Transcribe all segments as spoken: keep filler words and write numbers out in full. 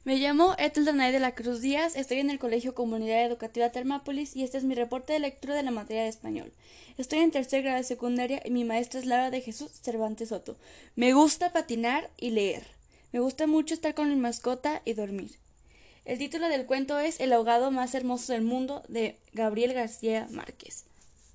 Me llamo Ethel Danae de la Cruz Díaz, estoy en el Colegio Comunidad Educativa Termápolis y este es mi reporte de lectura de la materia de español. Estoy en tercer grado de secundaria y mi maestra es Laura de Jesús Cervantes Soto. Me gusta patinar y leer. Me gusta mucho estar con mi mascota y dormir. El título del cuento es El ahogado más hermoso del mundo de Gabriel García Márquez.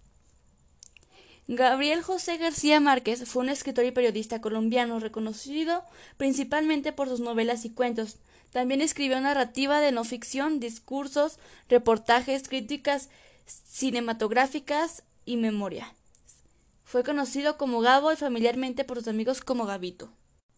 Gabriel José García Márquez fue un escritor y periodista colombiano reconocido principalmente por sus novelas y cuentos. También escribió narrativa de no ficción, discursos, reportajes, críticas cinematográficas y memoria. Fue conocido como Gabo y familiarmente por sus amigos como Gabito.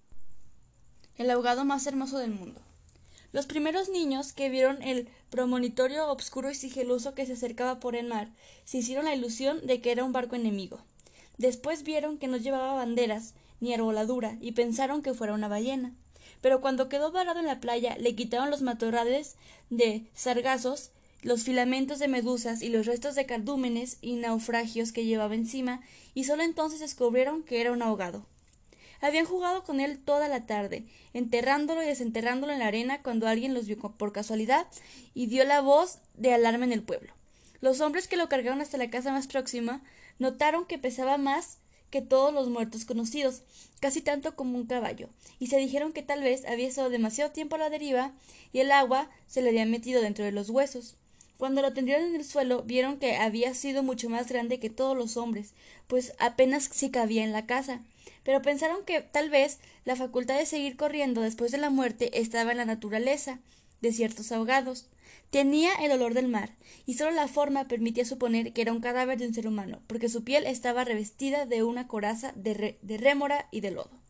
El ahogado más hermoso del mundo. Los primeros niños que vieron el promontorio obscuro y sigiloso que se acercaba por el mar se hicieron la ilusión de que era un barco enemigo. Después vieron que no llevaba banderas ni arboladura y pensaron que fuera una ballena. Pero cuando quedó varado en la playa le quitaron los matorrales de sargazos, los filamentos de medusas y los restos de cardúmenes y naufragios que llevaba encima, y solo entonces descubrieron que era un ahogado. Habían jugado con él toda la tarde, enterrándolo y desenterrándolo en la arena cuando alguien los vio por casualidad y dio la voz de alarma en el pueblo. Los hombres que lo cargaron hasta la casa más próxima notaron que pesaba más que todos los muertos conocidos, casi tanto como un caballo, y se dijeron que tal vez había estado demasiado tiempo a la deriva y el agua se le había metido dentro de los huesos. Cuando lo tendieron en el suelo, vieron que había sido mucho más grande que todos los hombres, pues apenas si cabía en la casa. Pero pensaron que tal vez la facultad de seguir corriendo después de la muerte estaba en la naturaleza de ciertos ahogados. Tenía el olor del mar, y solo la forma permitía suponer que era un cadáver de un ser humano, porque su piel estaba revestida de una coraza de, re de rémora y de lodo.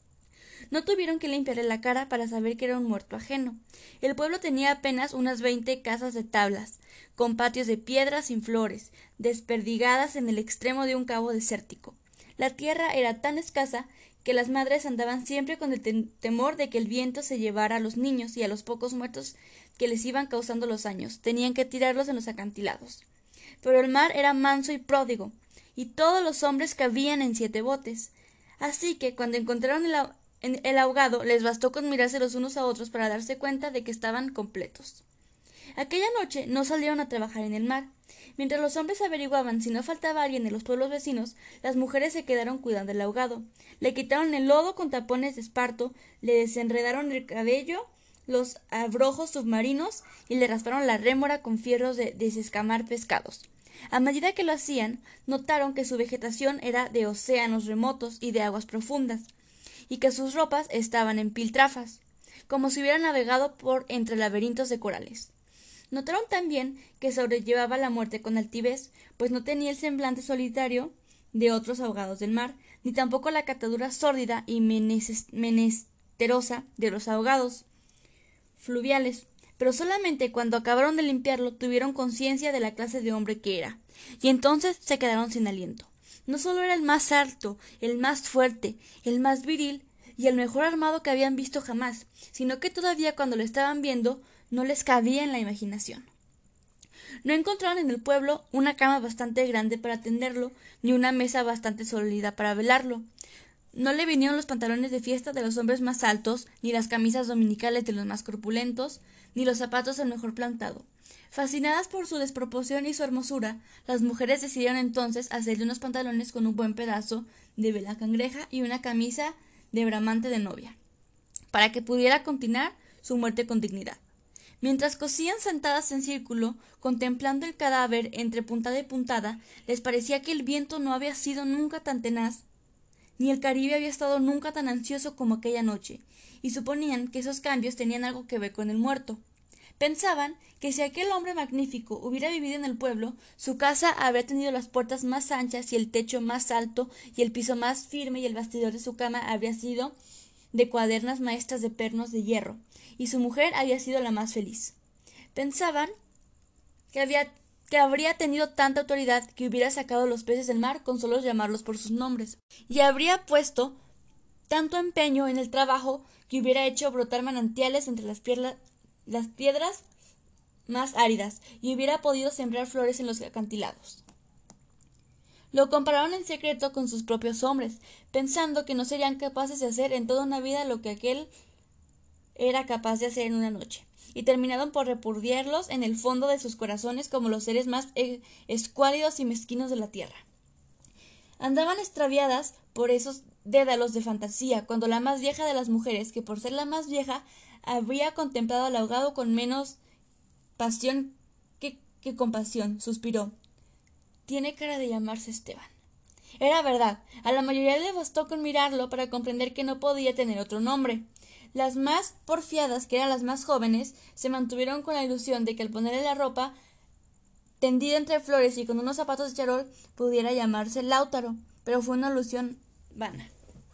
No tuvieron que limpiarle la cara para saber que era un muerto ajeno. El pueblo tenía apenas unas veinte casas de tablas, con patios de piedra sin flores, desperdigadas en el extremo de un cabo desértico. La tierra era tan escasa que las madres andaban siempre con el te temor de que el viento se llevara a los niños y a los pocos muertos que les iban causando los años. Tenían que tirarlos en los acantilados. Pero el mar era manso y pródigo, y todos los hombres cabían en siete botes. Así que cuando encontraron el, en el ahogado, les bastó con mirarse los unos a otros para darse cuenta de que estaban completos. Aquella noche no salieron a trabajar en el mar. Mientras los hombres averiguaban si no faltaba alguien en los pueblos vecinos, las mujeres se quedaron cuidando del ahogado. Le quitaron el lodo con tapones de esparto, le desenredaron el cabello, los abrojos submarinos y le rasparon la rémora con fierros de desescamar pescados. A medida que lo hacían, notaron que su vegetación era de océanos remotos y de aguas profundas, y que sus ropas estaban en piltrafas, como si hubieran navegado por entre laberintos de corales. Notaron también que sobrellevaba la muerte con altivez, pues no tenía el semblante solitario de otros ahogados del mar, ni tampoco la catadura sórdida y menesterosa de los ahogados fluviales. Pero solamente cuando acabaron de limpiarlo tuvieron conciencia de la clase de hombre que era, y entonces se quedaron sin aliento. No solo era el más alto, el más fuerte, el más viril y el mejor armado que habían visto jamás, sino que todavía cuando lo estaban viendo no les cabía en la imaginación. No encontraron en el pueblo una cama bastante grande para tenderlo, ni una mesa bastante sólida para velarlo. No le vinieron los pantalones de fiesta de los hombres más altos, ni las camisas dominicales de los más corpulentos, ni los zapatos del mejor plantado. Fascinadas por su desproporción y su hermosura, las mujeres decidieron entonces hacerle unos pantalones con un buen pedazo de vela cangreja y una camisa de bramante de novia, para que pudiera continuar su muerte con dignidad. Mientras cosían sentadas en círculo, contemplando el cadáver entre puntada y puntada, les parecía que el viento no había sido nunca tan tenaz, ni el Caribe había estado nunca tan ansioso como aquella noche, y suponían que esos cambios tenían algo que ver con el muerto. Pensaban que si aquel hombre magnífico hubiera vivido en el pueblo, su casa habría tenido las puertas más anchas y el techo más alto y el piso más firme y el bastidor de su cama habría sido de cuadernas maestras de pernos de hierro, y su mujer había sido la más feliz. Pensaban que había que habría tenido tanta autoridad que hubiera sacado los peces del mar con solo llamarlos por sus nombres, y habría puesto tanto empeño en el trabajo que hubiera hecho brotar manantiales entre las, las piedras más áridas, y hubiera podido sembrar flores en los acantilados. Lo compararon en secreto con sus propios hombres, pensando que no serían capaces de hacer en toda una vida lo que aquel era capaz de hacer en una noche, y terminaron por repudiarlos en el fondo de sus corazones como los seres más eh, escuálidos y mezquinos de la tierra. Andaban extraviadas por esos dédalos de fantasía, cuando la más vieja de las mujeres, que por ser la más vieja, había contemplado al ahogado con menos pasión que, que compasión, suspiró. Tiene cara de llamarse Esteban. Era verdad, a la mayoría le bastó con mirarlo para comprender que no podía tener otro nombre. Las más porfiadas, que eran las más jóvenes, se mantuvieron con la ilusión de que al ponerle la ropa tendida entre flores y con unos zapatos de charol pudiera llamarse Lautaro, pero fue una ilusión vana.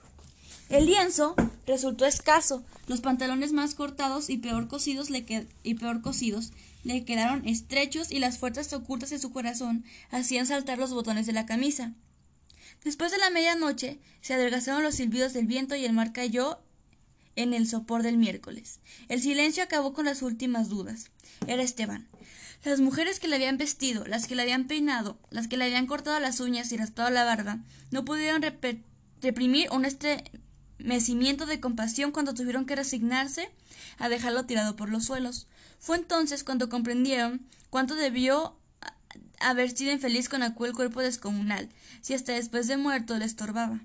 El lienzo resultó escaso, los pantalones más cortados y peor cosidos le, que- y peor cosidos le quedaron estrechos y las fuerzas ocultas de su corazón hacían saltar los botones de la camisa. Después de la medianoche se adelgazaron los silbidos del viento y el mar cayó en el sopor del miércoles. El silencio acabó con las últimas dudas. Era Esteban. Las mujeres que le habían vestido, las que le habían peinado, las que le habían cortado las uñas y raspado la barba, no pudieron rep- reprimir un estremecimiento de compasión cuando tuvieron que resignarse a dejarlo tirado por los suelos. Fue entonces cuando comprendieron cuánto debió haber sido infeliz con aquel cuerpo descomunal, si hasta después de muerto le estorbaba.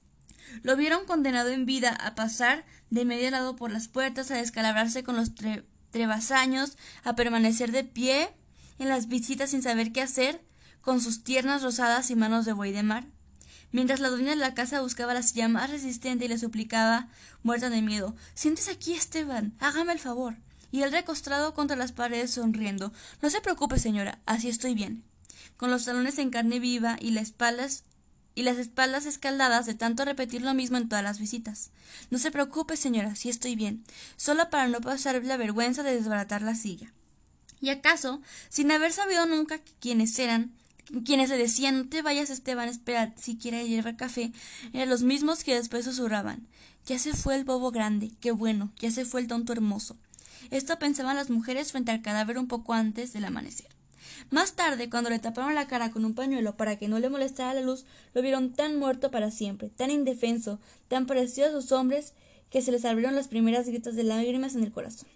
Lo vieron condenado en vida a pasar de medio lado por las puertas, a descalabrarse con los tre- trebasaños, a permanecer de pie en las visitas sin saber qué hacer, con sus tiernas rosadas y manos de buey de mar, mientras la dueña de la casa buscaba la silla más resistente y le suplicaba, muerta de miedo, «Siéntese aquí, Esteban, hágame el favor». Y él recostado contra las paredes sonriendo, «No se preocupe, señora, así estoy bien», con los talones en carne viva y las espaldas y las espaldas escaldadas de tanto repetir lo mismo en todas las visitas. «No se preocupe, señora, sí estoy bien, solo para no pasar la vergüenza de desbaratar la silla». Y acaso, sin haber sabido nunca quiénes eran, quienes le decían «No te vayas, Esteban, espera siquiera llevar café», eran los mismos que después susurraban «Ya se fue el bobo grande, qué bueno, ya se fue el tonto hermoso». Esto pensaban las mujeres frente al cadáver un poco antes del amanecer. Más tarde, cuando le taparon la cara con un pañuelo para que no le molestara la luz, lo vieron tan muerto para siempre, tan indefenso, tan parecido a sus hombres, que se les abrieron las primeras gritas de lágrimas en el corazón.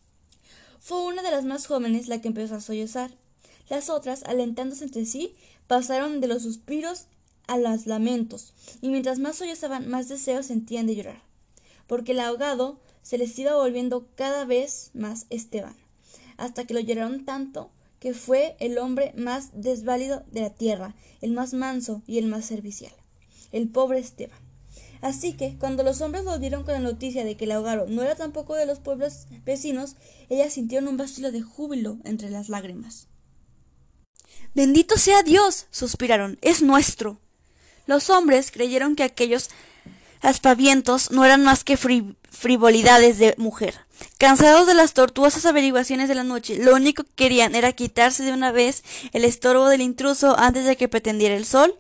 Fue una de las más jóvenes la que empezó a sollozar. Las otras, alentándose entre sí, pasaron de los suspiros a los lamentos, y mientras más sollozaban, más deseos sentían de llorar, porque el ahogado se les iba volviendo cada vez más Esteban, hasta que lo lloraron tanto que fue el hombre más desválido de la tierra, el más manso y el más servicial, el pobre Esteban. Así que, cuando los hombres volvieron con la noticia de que el ahogado no era tampoco de los pueblos vecinos, ellas sintieron un vacío de júbilo entre las lágrimas. «Bendito sea Dios», suspiraron, «es nuestro». Los hombres creyeron que aquellos aspavientos no eran más que fri- frivolidades de mujer. Cansados de las tortuosas averiguaciones de la noche, lo único que querían era quitarse de una vez el estorbo del intruso antes de que pretendiera el sol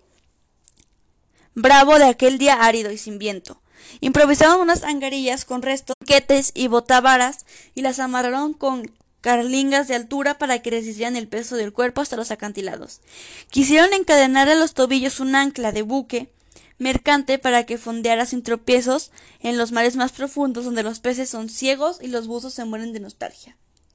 bravo de aquel día árido y sin viento. Improvisaron unas angarillas con restos de quetes y botavaras y las amarraron con carlingas de altura para que resistieran el peso del cuerpo hasta los acantilados. Quisieron encadenar a los tobillos un ancla de buque mercante para que fondeara sin tropiezos en los mares más profundos, donde los peces son ciegos y los buzos se mueren de nostalgia.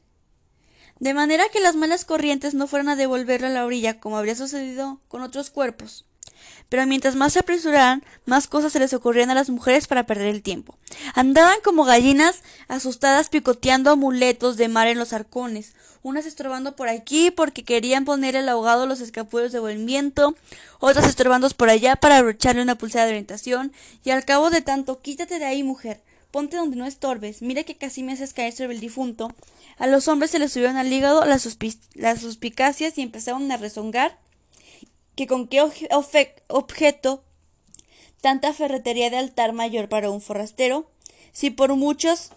De manera que las malas corrientes no fueran a devolverlo a la orilla, como habría sucedido con otros cuerpos. Pero mientras más se apresuraran, más cosas se les ocurrían a las mujeres para perder el tiempo. Andaban como gallinas asustadas picoteando amuletos de mar en los arcones, unas estorbando por aquí porque querían poner al ahogado los escapueros de buen viento, otras estorbando por allá para abrocharle una pulsera de orientación, y al cabo de tanto, «Quítate de ahí, mujer, ponte donde no estorbes, mira que casi me haces caer sobre el difunto». A los hombres se les subieron al hígado las, suspi- las suspicacias y empezaron a rezongar que con qué objeto tanta ferretería de altar mayor para un forastero, si por muchos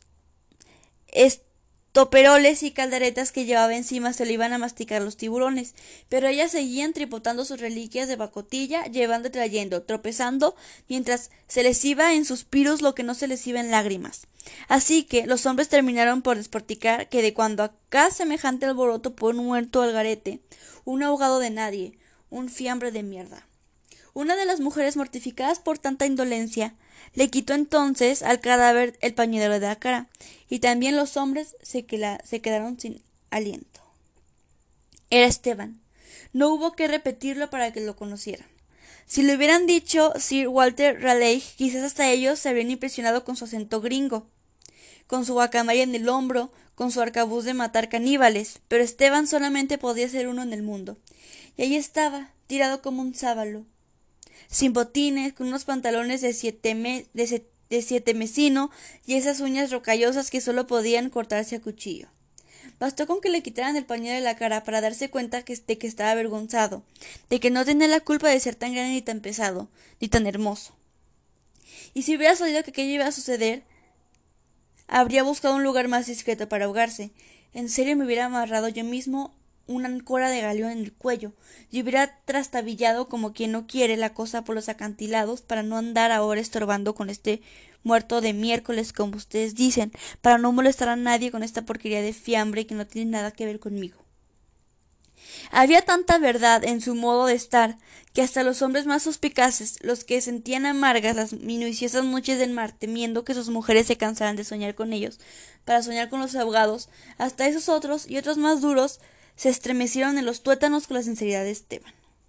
estoperoles y calderetas que llevaba encima se le iban a masticar los tiburones, pero ellas seguían tripotando sus reliquias de pacotilla, llevando y trayendo, tropezando, mientras se les iba en suspiros lo que no se les iba en lágrimas. Así que los hombres terminaron por despotricar que de cuando acá semejante alboroto por un muerto al garete, un ahogado de nadie, un fiambre de mierda. Una de las mujeres, mortificadas por tanta indolencia, le quitó entonces al cadáver el pañuelo de la cara, y también los hombres se, queda, se quedaron sin aliento. Era Esteban. No hubo que repetirlo para que lo conocieran. Si le hubieran dicho Sir Walter Raleigh, quizás hasta ellos se habrían impresionado con su acento gringo, con su guacamaya en el hombro, con su arcabuz de matar caníbales, pero Esteban solamente podía ser uno en el mundo. Y ahí estaba, tirado como un sábalo, sin botines, con unos pantalones de siete, me, de, se, de siete mesino y esas uñas rocallosas que solo podían cortarse a cuchillo. Bastó con que le quitaran el pañuelo de la cara para darse cuenta que, de que estaba avergonzado, de que no tenía la culpa de ser tan grande ni tan pesado, ni tan hermoso. Y si hubiera sabido que aquello iba a suceder, habría buscado un lugar más discreto para ahogarse. En serio me hubiera amarrado yo mismo una ancora de galeón en el cuello, y hubiera trastabillado como quien no quiere la cosa por los acantilados para no andar ahora estorbando con este muerto de miércoles, como ustedes dicen, para no molestar a nadie con esta porquería de fiambre que no tiene nada que ver conmigo. Había tanta verdad en su modo de estar, que hasta los hombres más suspicaces, los que sentían amargas las minuciosas noches del mar, temiendo que sus mujeres se cansaran de soñar con ellos, para soñar con los ahogados, hasta esos otros y otros más duros, se estremecieron en los tuétanos con la sinceridad de Esteban.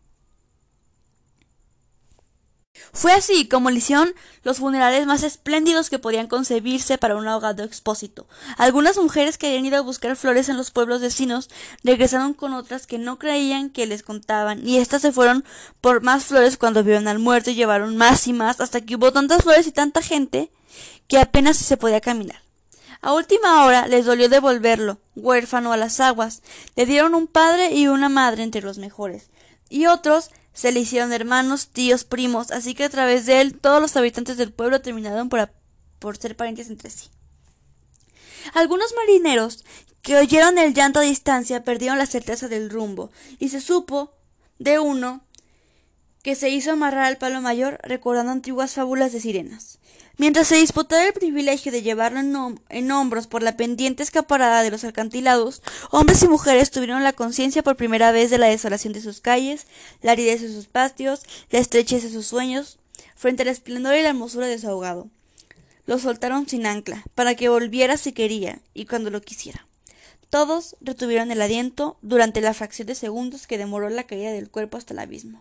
Fue así como le hicieron los funerales más espléndidos que podían concebirse para un ahogado expósito. Algunas mujeres que habían ido a buscar flores en los pueblos vecinos regresaron con otras que no creían que les contaban, y éstas se fueron por más flores cuando vieron al muerto y llevaron más y más, hasta que hubo tantas flores y tanta gente que apenas se podía caminar. A última hora les dolió devolverlo, huérfano, a las aguas. Le dieron un padre y una madre entre los mejores, y otros se le hicieron hermanos, tíos, primos, así que a través de él todos los habitantes del pueblo terminaron por, por ser parientes entre sí. Algunos marineros que oyeron el llanto a distancia perdieron la certeza del rumbo, y se supo de uno que se hizo amarrar al palo mayor recordando antiguas fábulas de sirenas. Mientras se disputaba el privilegio de llevarlo en, hom en hombros por la pendiente escaparada de los acantilados, hombres y mujeres tuvieron la conciencia por primera vez de la desolación de sus calles, la aridez de sus patios, la estrechez de sus sueños, frente al esplendor y la hermosura de su ahogado. Lo soltaron sin ancla, para que volviera si quería, y cuando lo quisiera. Todos retuvieron el aliento durante la fracción de segundos que demoró la caída del cuerpo hasta el abismo.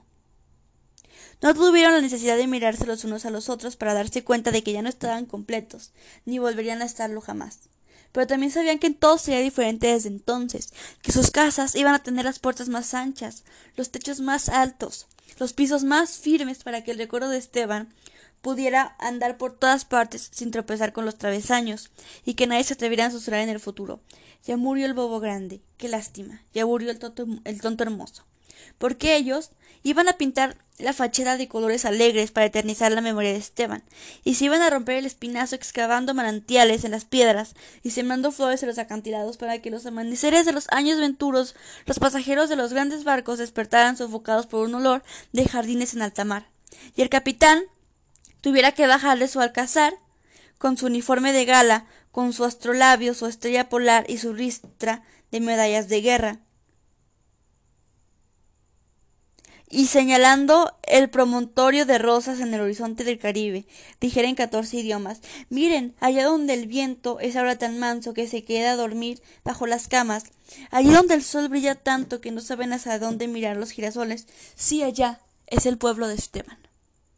No tuvieron la necesidad de mirarse los unos a los otros para darse cuenta de que ya no estaban completos, ni volverían a estarlo jamás. Pero también sabían que todo sería diferente desde entonces, que sus casas iban a tener las puertas más anchas, los techos más altos, los pisos más firmes para que el recuerdo de Esteban pudiera andar por todas partes sin tropezar con los travesaños, y que nadie se atreviera a susurrar en el futuro: ya murió el bobo grande, qué lástima, ya murió el tonto, el tonto hermoso. Porque ellos iban a pintar la fachada de colores alegres para eternizar la memoria de Esteban, y se iban a romper el espinazo excavando manantiales en las piedras y sembrando flores en los acantilados para que los amaneceres de los años venturos, los pasajeros de los grandes barcos, despertaran sofocados por un olor de jardines en alta mar, y el capitán tuviera que bajar de su alcázar con su uniforme de gala, con su astrolabio, su estrella polar y su ristra de medallas de guerra, y señalando el promontorio de rosas en el horizonte del Caribe, dijera en catorce idiomas: miren, allá donde el viento es ahora tan manso que se queda a dormir bajo las camas, allí donde el sol brilla tanto que no saben hacia dónde mirar los girasoles, sí, allá es el pueblo de Esteban.